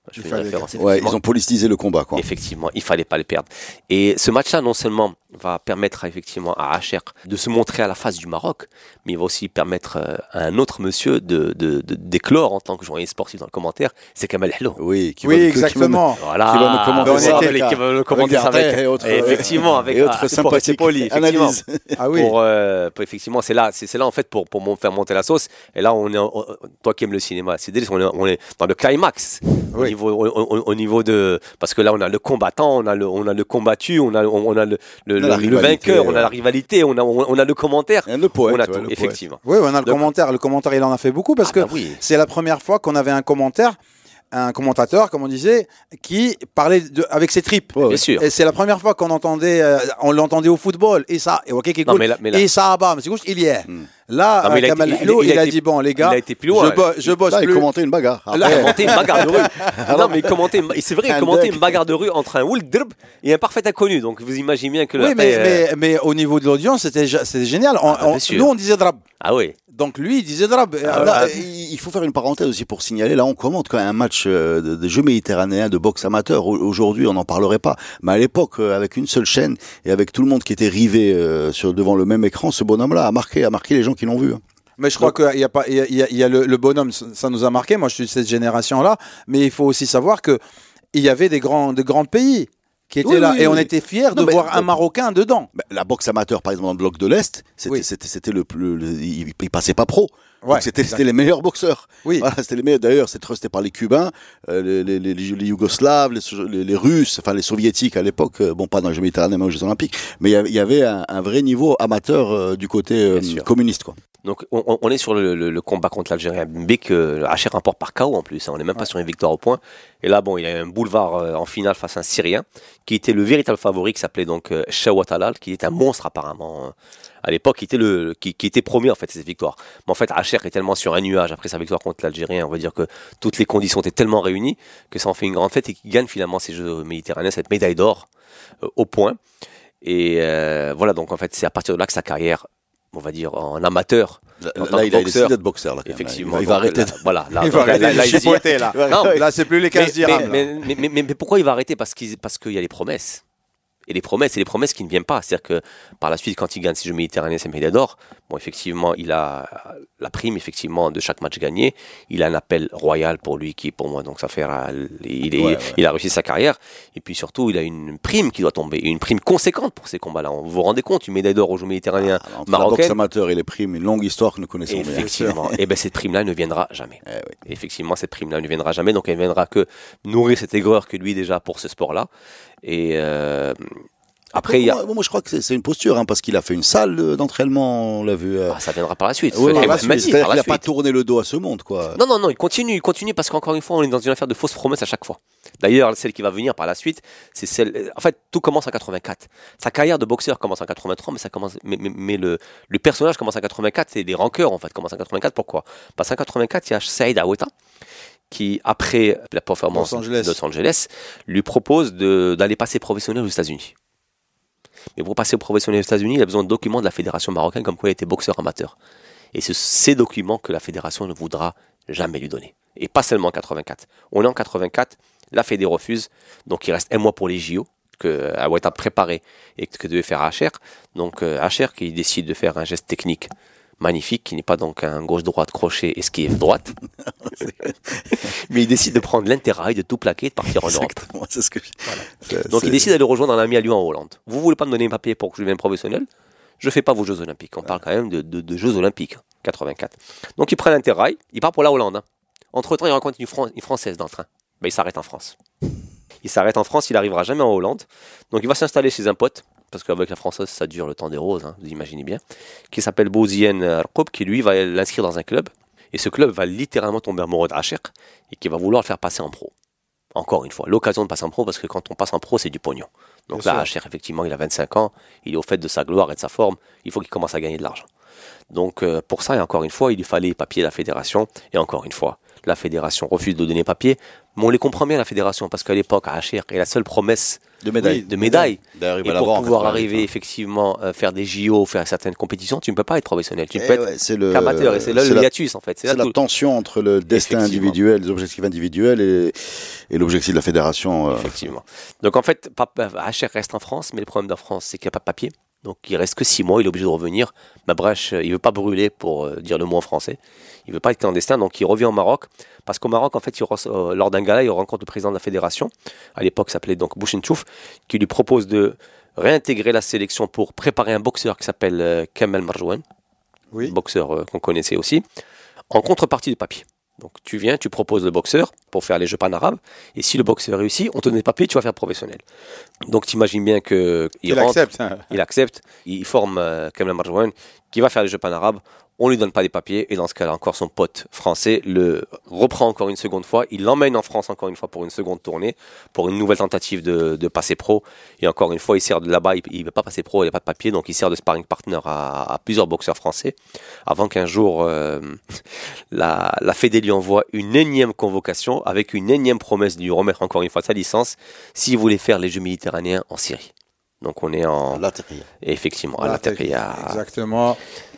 Je Il fais une fallait- référence. Ouais, effectivement. ils ont politisé le combat, quoi. Effectivement, il fallait pas les perdre. Et ce match-là, non seulement va permettre effectivement à Acher de se montrer à la face du Maroc, mais il va aussi permettre euh, à un autre monsieur de, de, de d'éclore en tant que journaliste sportif dans le commentaire, c'est Kamal Hello. Oui, qui Oui, va- qui- qui va me- exactement. Voilà, Qui va me commenter on ça était- avec- qui va me commenter avec ça des avec, artères et autres, et effectivement, avec et autres ah, c'est poli, c'est sympathiques poli, effectivement. analyses. Ah oui. Pour, euh, pour- effectivement, c'est là, c'est, c'est là en fait pour pour mon- faire monter la sauce. Et là, on est, en- toi qui aimes le cinéma, c'est délice, on est, on est dans le climax au Oui. niveau, au, au- au niveau de, parce que là, on a le combattant, on a le, on a le combattu, on a, on a le, le, On a la le- le rivalité, vainqueur, on ouais. a la rivalité, on a, on, on a le commentaire, Et le poète, on a ouais, tout, le poète. effectivement. Oui, on a le Donc- commentaire. Le commentaire, il en a fait beaucoup parce Ah que bah oui. c'est la première fois qu'on avait un commentaire, un commentateur, comme on disait, qui parlait de, avec ses tripes. Ouais, ouais. Bien sûr. Et c'est la première fois qu'on entendait, euh, on l'entendait au football. Et ça, et ok, Non, mais là- mais là- et ça, bah, mais c'est gauche, il y est. Hmm. Là, Non, mais il a euh, Kamal été- il- Hello, il il, a a été- dit bon, les il gars, a été plus loin. je, bo- je bosse Là, il plus. commentait une bagarre. Il a Après, commenté une bagarre de rue. non, mais il commentait, une- c'est vrai, il Un commentait deck. une bagarre de rue entre un Wildrb et un parfait inconnu. Donc vous imaginez bien que Oui, le- mais, après, euh, mais, mais au niveau de l'audience, c'était ja- c'était génial. On- Ah, bien on- sûr. nous, on disait drab. ah oui. Donc lui, il disait drab. Ah, Euh, là, euh, il il faut faire une parenthèse aussi pour signaler. Là, on commente quand même un match euh, de, de jeux méditerranéens, de boxe amateur. Au- Aujourd'hui, on n'en parlerait pas. Mais à l'époque, euh, avec une seule chaîne et avec tout le monde qui était rivé euh, sur devant le même écran, ce bonhomme-là a marqué, a marqué les gens qui l'ont vu. hein. Mais je crois qu'il y a pas, il y a, il y a- il y a le, le bonhomme, ça ça nous a marqué. Moi, je suis de cette génération-là. Mais il faut aussi savoir que il y avait des grands, de grands pays qui étaient Oui, là, oui, et on oui. était fiers Non, de mais- voir un Marocain dedans. Bah, la boxe amateur, par exemple, dans le bloc de l'Est, c'était, Oui. c'était, c'était le plus, le- il, il passait pas pro. Donc Ouais, c'était, exact. c'était les meilleurs boxeurs. Oui. Voilà, c'était les meilleurs. D'ailleurs, c'est trusté par les Cubains, euh, les, les, les, les Yougoslaves, les, les, les Russes, enfin les Soviétiques à l'époque. euh, Bon, pas dans les Jeux méditerranéens, mais aux Jeux Olympiques. Mais il y avait, il y avait un, un vrai niveau amateur euh, du côté euh, Bien sûr. communiste, quoi. Donc on, on- on est sur le, le- le combat contre l'Algérie Mbé que Acher remporte par K O en plus. hein. On n'est même pas sur une victoire au point. Et là, bon, il y a un boulevard euh, en finale face à un Syrien qui était le véritable favori, qui s'appelait donc euh, Shawat Halal, qui était un monstre apparemment euh, à l'époque, qui était le qui, qui était promis en fait cette victoire. Mais en fait, Acher est tellement sur un nuage après sa victoire contre l'Algérien. On va dire que toutes les conditions étaient tellement réunies que ça en fait une grande fête et qu'il gagne finalement ces Jeux méditerranéens, cette médaille d'or euh, au point. Et euh, voilà, donc en fait, c'est à partir de là que sa carrière, on va dire en amateur. Là, En tant là, que il a boxeur, décidé d'être boxeur. Là, quand même. Effectivement. Il va, il va donc, arrêter. là, de- voilà. Là, Il donc, va là, arrêter là, de là, il dit- chipoter, là. Ouais, Non, ouais. Là, c'est plus les mais, quinze dirhams. là. mais, mais, mais, mais- mais pourquoi il va arrêter Parce qu'il parce qu'il y a les promesses. Et les promesses, c'est les promesses qui ne viennent pas. C'est-à-dire que par la suite, quand il gagne ces Jeux méditerranéens, c'est médaille d'or. Bon, effectivement, il a la prime effectivement de chaque match gagné. Il a un appel royal pour lui, qui est pour moi donc ça fait euh, il, est, Ouais, ouais. il a réussi sa carrière. Et puis surtout, il a une prime qui doit tomber, une prime conséquente pour ces combats-là. Vous vous rendez compte, une médaille d'or aux Jeux méditerranéens Ah, entre la boxe marocaine. amateur et les primes, une longue histoire que nous connaissons bien. Effectivement. Et ben cette prime-là ne viendra jamais. Eh oui. Effectivement, cette prime-là ne viendra jamais. Donc, elle ne viendra que nourrir cette aigreur que lui déjà pour ce sport-là. Et euh, après, il y a... moi, moi, je crois que c'est, c'est une posture, hein, parce qu'il a fait une salle euh, d'entraînement, on l'a vu. euh, Ah, ça viendra par la suite. ouais, Fred par la Mohamed suite. Madi, C'est-à-dire par qu'il la n'a pas suite. tourné le dos à ce monde, quoi. Non, non, non, il continue, il continue parce qu'encore une fois, on est dans une affaire de fausses promesses à chaque fois. D'ailleurs, celle qui va venir par la suite, c'est celle. En fait, tout commence en quatre-vingt-quatre. Sa carrière de boxeur commence en quatre-vingt-trois, mais ça commence. Mais, mais, mais le, le personnage commence en quatre-vingt-quatre. C'est les rancœurs en fait commencent en quatre-vingt-quatre. Pourquoi Parce qu'en quatre-vingt-quatre, il y a Saïd Aoueta qui, après la performance Los Angeles. de Los Angeles, lui propose de, d'aller passer professionnel aux États-Unis. Mais pour passer professionnel aux États-Unis, il a besoin de documents de la fédération marocaine comme quoi il était boxeur amateur. Et c'est ces documents que la fédération ne voudra jamais lui donner. Et pas seulement en quatre-vingt-quatre. On est en quatre-vingt-quatre, la fédé refuse, donc il reste un mois pour les J O que Aoueta a préparé et que devait faire Acher. Donc euh, Acher qui décide de faire un geste technique magnifique, qui n'est pas donc un gauche-droite crochet esquive droite, mais il décide de prendre l'interrail, de tout plaquer et de partir en Europe. Exactement, c'est ce que je... C'est- Donc c'est- il décide d'aller rejoindre un ami à lui en Hollande. Vous voulez pas me donner un papier pour que je devienne professionnel? Je fais pas vos Jeux Olympiques. On parle quand même de, de- de Jeux Olympiques, quatre-vingt-quatre. Donc il prend l'interrail, il part pour la Hollande. hein. Entre-temps, il rencontre une, Fran- une Française dans le train. Ben, il s'arrête en France. Il s'arrête en France, il n'arrivera jamais en Hollande. Donc il va s'installer chez un pote, parce qu'avec la Française, ça dure le temps des roses, hein, vous imaginez bien, qui s'appelle Bouzien Rkoub, qui lui va l'inscrire dans un club. Et ce club va littéralement tomber amoureux d'Acher et qui va vouloir le faire passer en pro. Encore une fois, l'occasion de passer en pro, parce que quand on passe en pro, c'est du pognon. Donc Bien là, sûr. Acher, effectivement, il a vingt-cinq ans, il est au fait de sa gloire et de sa forme, il faut qu'il commence à gagner de l'argent. Donc euh, pour ça, et encore une fois, il lui fallait les papiers de la fédération, et encore une fois, La fédération refuse de donner papier. Mais on les comprend bien, la fédération, parce qu'à l'époque, Acher est la seule promesse de médaille. De médaille. Et pour pouvoir arriver, effectivement, euh, faire des J O, faire certaines compétitions, tu ne peux pas être professionnel. Tu peux être ouais, c'est le, amateur. Et c'est là c'est le la, hiatus, en fait. C'est, c'est là la tension entre le destin individuel, les objectifs individuels et, et l'objectif de la fédération. Euh... Effectivement. Donc, en fait, Acher reste en France, mais le problème de la France, c'est qu'il n'y a pas de papier. Donc, il reste que six mois, il est obligé de revenir. Mabrach, il ne veut pas brûler, pour euh, dire le mot en français. Il ne veut pas être clandestin, donc il revient au Maroc. Parce qu'au Maroc, en fait, il re- euh, lors d'un gala, il rencontre le président de la fédération. À l'époque, il s'appelait donc Bouchenchouf, qui lui propose de réintégrer la sélection pour préparer un boxeur qui s'appelle euh, Kamel Marjouane, oui. boxeur euh, qu'on connaissait aussi, en contrepartie du papier. Donc tu viens, tu proposes le boxeur pour faire les Jeux panarabes, et si le boxeur réussit, on te donne des papiers, tu vas faire professionnel. Donc tu imagines bien qu'il il rentre, accepte. il accepte, il forme euh, Kamel Marjouane, qui va faire les Jeux panarabes. On lui donne pas des papiers, et dans ce cas-là, encore son pote français le reprend encore une seconde fois, il l'emmène en France encore une fois pour une seconde tournée, pour une nouvelle tentative de, de passer pro, et encore une fois, il sert de là-bas, il ne veut pas passer pro, il n'a pas de papier, donc il sert de sparring partner à, à plusieurs boxeurs français, avant qu'un jour, euh, la, la Fédé lui envoie une énième convocation, avec une énième promesse de lui remettre encore une fois sa licence, s'il voulait faire les Jeux méditerranéens en Syrie. Donc on est en... Lateria. Effectivement, à Lateria. Exactement.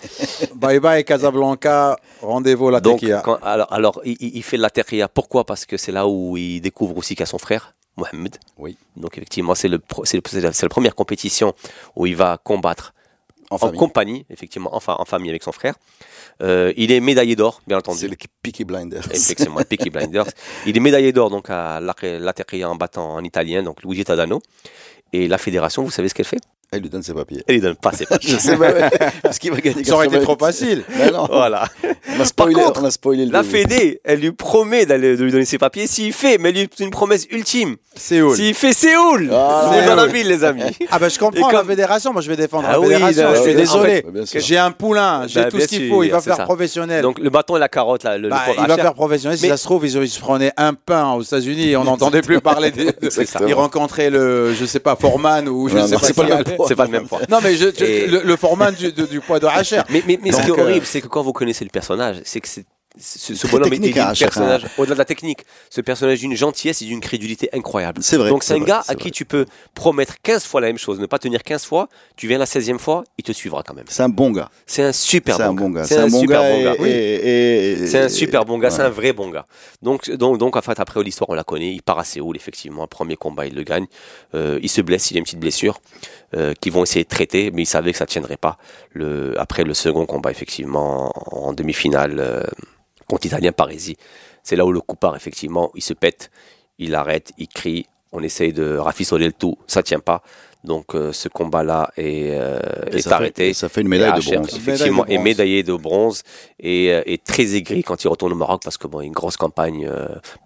Bye bye Casablanca, rendez-vous à Lateria. Donc, quand, alors, alors il, il fait Lateria, pourquoi ? Parce que c'est là où il découvre aussi qu'il y a son frère, Mohamed. Oui. Donc effectivement, c'est, le, c'est, le, c'est, la, c'est la première compétition où il va combattre en, en compagnie, effectivement, enfin en famille avec son frère. Euh, il est médaillé d'or, bien entendu. C'est l'équipe Peaky Blinders. Effectivement, Peaky Blinders. Il est médaillé d'or donc à Lateria en battant en italien, donc Luigi Tadano. Et la fédération, vous savez ce qu'elle fait ? Elle lui donne ses papiers. Elle lui donne pas ses papiers. Je sais pas, parce qu'il va gagner. Ça aurait été trop facile. Ben non. Voilà. On a spoilé, Par contre, on a spoilé le la début. Fédé, elle lui promet d'aller, de lui donner ses papiers. S'il fait, mais lui, c'est une promesse ultime. Séoul. S'il fait Séoul, Ah, on est dans la Séoul. ville, les amis. Ah ben je comprends Et comme- la fédération, moi je vais défendre Ah la oui, fédération, non, je suis en désolé. fait, bien sûr. J'ai un poulain, j'ai Bah, tout bien ce qu'il sûr, faut, il va c'est faire ça. professionnel. Donc le bâton et la carotte, là, le, Bah, le il va Acher. faire professionnel, si Mais- ça se trouve, ils, ils se prenaient un pain aux États-Unis et on n'entendait plus parler de. de- C'est ça. Ils rencontraient le, je sais pas, Foreman ou je Non, sais non, pas. c'est pas qui le même allait. poids. C'est pas le même point. Non mais je, je- Et- le, le Foreman du, de- du poids de Acher. Mais, mais, mais ce Donc, qui est euh, horrible, c'est que quand vous connaissez le personnage, c'est que c'est, ce, ce Très bonhomme est technique, est hein, un Acher, personnage, hein. au-delà de la technique, ce personnage d'une gentillesse et d'une crédulité incroyable. C'est vrai. Donc c'est un vrai, gars c'est à qui vrai. tu peux promettre quinze fois la même chose, ne pas tenir quinze fois, tu viens la seizième fois, il te suivra quand même. C'est un bon gars. C'est un super C'est bon un bon gars. gars. C'est un, super gars bon gars. et- et- et- C'est un super bon gars, c'est Ouais. un vrai bon gars. Donc, donc, donc en fait, après l'histoire, on la connaît. Il part à Séoul, effectivement. Le premier combat, il le gagne. Euh, il se blesse, il a une petite blessure euh, qu'ils vont essayer de traiter, mais il savait que ça ne tiendrait pas. Le, après le second combat, effectivement, en, en demi-finale euh, contre l'Italien Parisi, c'est là où le coup part, effectivement. Il se pète, il arrête, il crie. On essaye de rafistoler le tout, ça ne tient pas. Donc euh, ce combat-là est, euh, Et est ça arrêté. fait- ça fait une médaille Et de Acher, bronze. Effectivement, Médaille de est bronze. médaillé de bronze et euh, est très aigri quand il retourne au Maroc parce que bon, il y a une grosse campagne euh,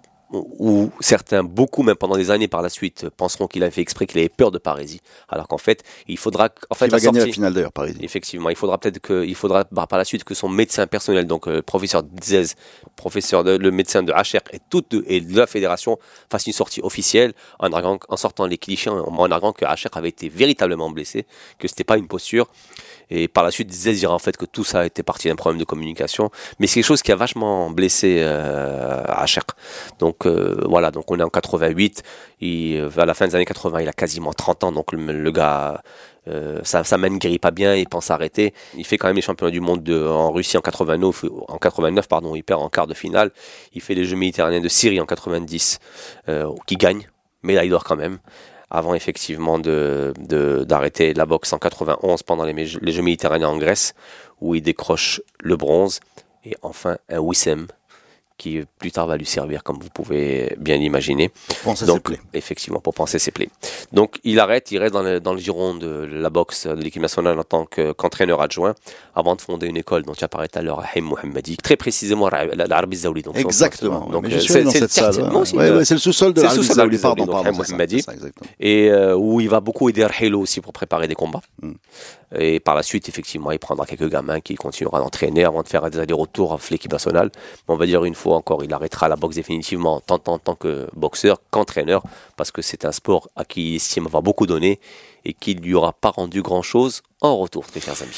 où certains, beaucoup même pendant des années par la suite, penseront qu'il avait fait exprès, qu'il avait peur de Parisi. Alors qu'en fait, il faudra, en fait, Il va la gagner sortie- la finale d'ailleurs, Paris. Effectivement, il faudra peut-être que, il faudra bah, par la suite que son médecin personnel, donc euh, le professeur Dzez, professeur de, le médecin de Acher et toute et de la fédération fasse une sortie officielle en, arguant- en sortant les clichés, en, en arguant que Acher avait été véritablement blessé, que c'était pas une posture. Et par la suite, Dzez dira en fait que tout ça a été parti d'un problème de communication, mais c'est quelque chose qui a vachement blessé euh, Acher. Donc euh, voilà, donc on est en quatre-vingt-huit, il, à la fin des années quatre-vingts, il a quasiment trente ans, donc le, le gars. Euh, sa, sa main ne guérit pas bien, il pense arrêter. Il fait quand même les championnats du monde de, en Russie en quatre-vingt-neuf, en quatre-vingt-neuf pardon, il perd en quart de finale. Il fait les Jeux méditerranéens de Syrie en quatre-vingt-dix, euh, qui gagne, médaille d'or quand même. Avant effectivement de, de, d'arrêter la boxe en quatre-vingt-onze pendant les, les Jeux méditerranéens en Grèce, où il décroche le bronze. Et enfin un Wissem, qui plus tard va lui servir, comme vous pouvez bien l'imaginer. Pour penser Donc, ses plaies. effectivement, pour penser ses plaies. Donc, il arrête, il reste dans le, dans le giron de la boxe de l'équipe nationale en tant que, qu'entraîneur adjoint, avant de fonder une école dont tu as parlé tout à l'heure, Haïm Mohammadi, très précisément l'Arabie Zaouli. Donc, Exactement. Donc, Mais je euh, suis c'est, allé dans c'est cette le salle. quartier- ouais. moi aussi, Ouais, euh, ouais, c'est le sous-sol de c'est la le sous-sol de Zaouli, l'Arabie pardon, Zaouli, pardon, donc, c'est ça, Mohammadi. c'est ça, exactement. et euh, où il va beaucoup aider Arhelo aussi pour préparer des combats. Mm. Et par la suite, effectivement, il prendra quelques gamins qui continuera d'entraîner avant de faire des allers-retours avec l'équipe nationale. Mais on va dire une fois encore, il arrêtera la boxe définitivement tant en tant que boxeur qu'entraîneur, parce que c'est un sport à qui il estime avoir beaucoup donné et qui ne lui aura pas rendu grand-chose en retour, mes chers amis.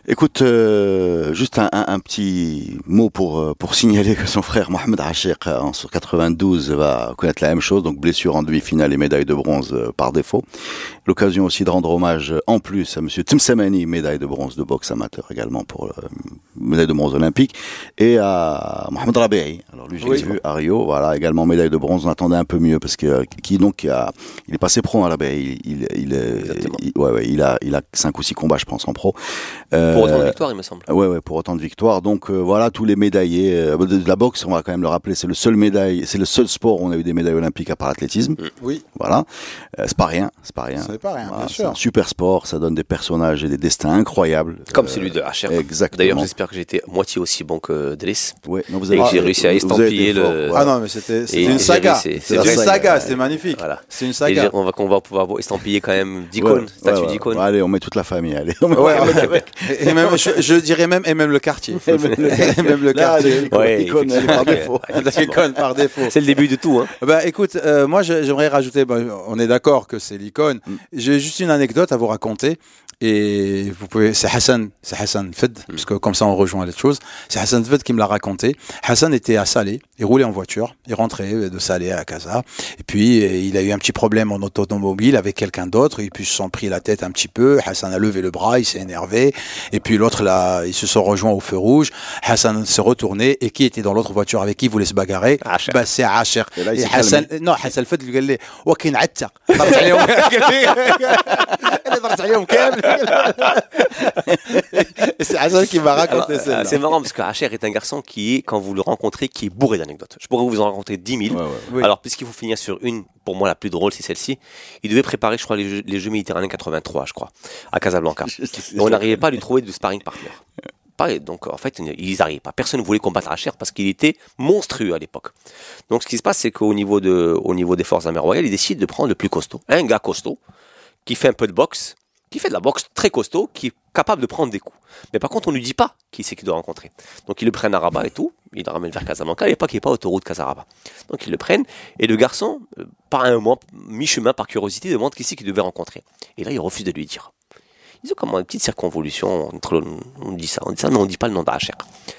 Écoute, euh, juste un, un, un petit mot pour pour signaler que son frère Mohamed Achiq en quatre-vingt-douze va connaître la même chose, donc blessure en demi-finale et médaille de bronze euh, par défaut. L'occasion aussi de rendre hommage en plus à Monsieur Temsamani, médaille de bronze de boxe amateur également pour euh, médaille de bronze olympique, et à Mohamed Rabi'i. Alors lui j'ai Oui. vu à Rio, voilà également médaille de bronze. On attendait un peu mieux parce que qui donc il, a, il est passé pro à Rabi'i. Il il il, est, il ouais ouais il a il a cinq ou six combats je pense en pro. Euh, Pour autant de victoire, il me semble. Ouais, ouais, pour autant de victoires. Donc euh, voilà, tous les médaillés euh, de, de la boxe, on va quand même le rappeler, c'est le seul médaille, c'est le seul sport où on a eu des médailles olympiques à part l'athlétisme. Oui, Voilà, euh, c'est pas rien, c'est pas rien. ce n'est pas rien, Voilà, bien c'est sûr. un super sport, ça donne des personnages et des destins incroyables. Comme Euh, celui de Acher. Exactement. D'ailleurs, j'espère que j'ai été moitié aussi bon que Driss. Ouais, non, vous Et avez, que j'ai réussi à vous avez estampiller été fort, le- ouais. Ah non, mais c'était c'était Et une j'ai saga. réussi. C'est C'est une la saga, saga, c'était magnifique. Voilà. C'est une Et saga. j'ai- on va, on va pouvoir estampiller quand même Ouais, d'icônes, ouais, statue ouais, d'icônes. ouais. Allez, on met toute la famille, allez. On met Ouais, avec- ouais. Et même, je, je dirais même, et même le quartier. Et même le- Et même le Là, quartier. l'icône, Ouais, l'icône, elle est par défaut. L'icône par défaut. C'est le début de tout. Hein. Bah écoute, euh, moi je- j'aimerais rajouter, bah, on est d'accord que c'est l'icône. Mm. J'ai juste une anecdote à vous raconter. Et vous pouvez, c'est Hassan, c'est Hassan Fed, parce que comme ça on rejoint les choses. C'est Hassan Fed qui me l'a raconté. Hassan était à Salé, il roulait en voiture, il rentrait de Salé à Casa, et puis euh, il a eu un petit problème en automobile avec quelqu'un d'autre, et puis ils se sont pris la tête un petit peu. Hassan a levé le bras, il s'est énervé, et puis l'autre là, ils se sont rejoints au feu rouge. Hassan s'est retourné, et qui était dans l'autre voiture avec qui il voulait se bagarrer? Acher. Bah c'est Acher. Et là, il Et s'est Hassan, non, Hassan Fed lui قال لي وكاين عتق ضربت عليهم انا ضربت عليهم كامل. Et c'est Hassan qui m'a raconté Alors, ça. euh, c'est marrant parce que Acher est un garçon qui est, quand vous le rencontrez, qui est bourré d'anecdotes. Je pourrais vous en raconter dix mille. Ouais, ouais. Oui. Alors, puisqu'il faut finir sur une, pour moi la plus drôle, c'est celle-ci. Il devait préparer, je crois, les Jeux, les jeux méditerranéens quatre-vingt-trois, je crois, à Casablanca. Et on n'arrivait pas à lui trouver de sparring partner. Pareil, donc en fait, ils n'arrivaient pas. Personne ne voulait combattre Acher parce qu'il était monstrueux à l'époque. Donc ce qui se passe, c'est qu'au niveau, de, au niveau des forces armées royales, ils décident de prendre le plus costaud. Un gars costaud, qui fait un peu de boxe, qui fait de la boxe très costaud, qui est capable de prendre des coups. Mais par contre, on ne lui dit pas qui c'est qu'il doit rencontrer. Donc ils le prennent à Rabat et tout, ils le ramènent vers Casablanca. À l'époque, il n'y a pas autoroute Casarabat. Donc ils le prennent, et le garçon, euh, par un moment, mi-chemin, par curiosité, demande qui c'est qu'il devait rencontrer. Et là, il refuse de lui dire. Ils ont comme une petite circonvolution entre le, on dit ça, on dit ça, mais on ne dit pas le nom d'Acher.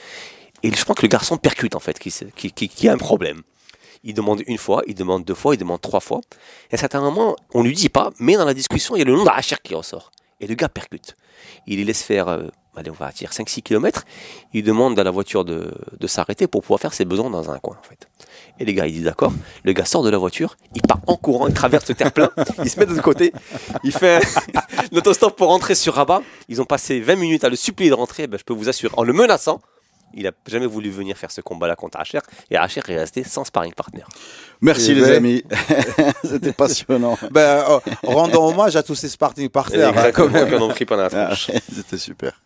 Et je pense que le garçon percute en fait, qu'il qui, qui, qui a un problème. Il demande une fois, il demande deux fois, il demande trois fois. Et à un certain moment, on ne lui dit pas, mais dans la discussion, il y a le nom d'Acher qui ressort. Et le gars percute. Il les laisse faire, euh, allez, on va dire cinq six kilomètres. Il demande à la voiture de, de s'arrêter pour pouvoir faire ses besoins dans un coin, en fait. Et les gars, ils disent d'accord. Le gars sort de la voiture, il part en courant, il traverse le terre-plein, il se met de l'autre côté, il fait un l'autostop pour rentrer sur Rabat. Ils ont passé vingt minutes à le supplier de rentrer. Ben, je peux vous assurer, en le menaçant, il n'a jamais voulu venir faire ce combat-là contre Acher. Et Acher est resté sans sparring partner. Merci Et les ben- amis, c'était passionnant. Ben, oh, rendons hommage à tous ces sparring partners. hein, quand Exactement, même. qu'on en pris pendant la Ah, tronche. c'était super.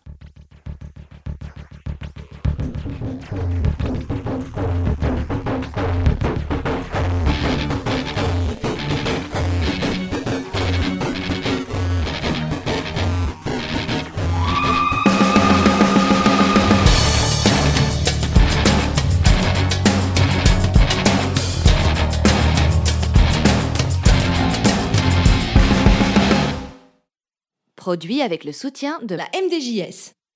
Produit avec le soutien de la M D J S.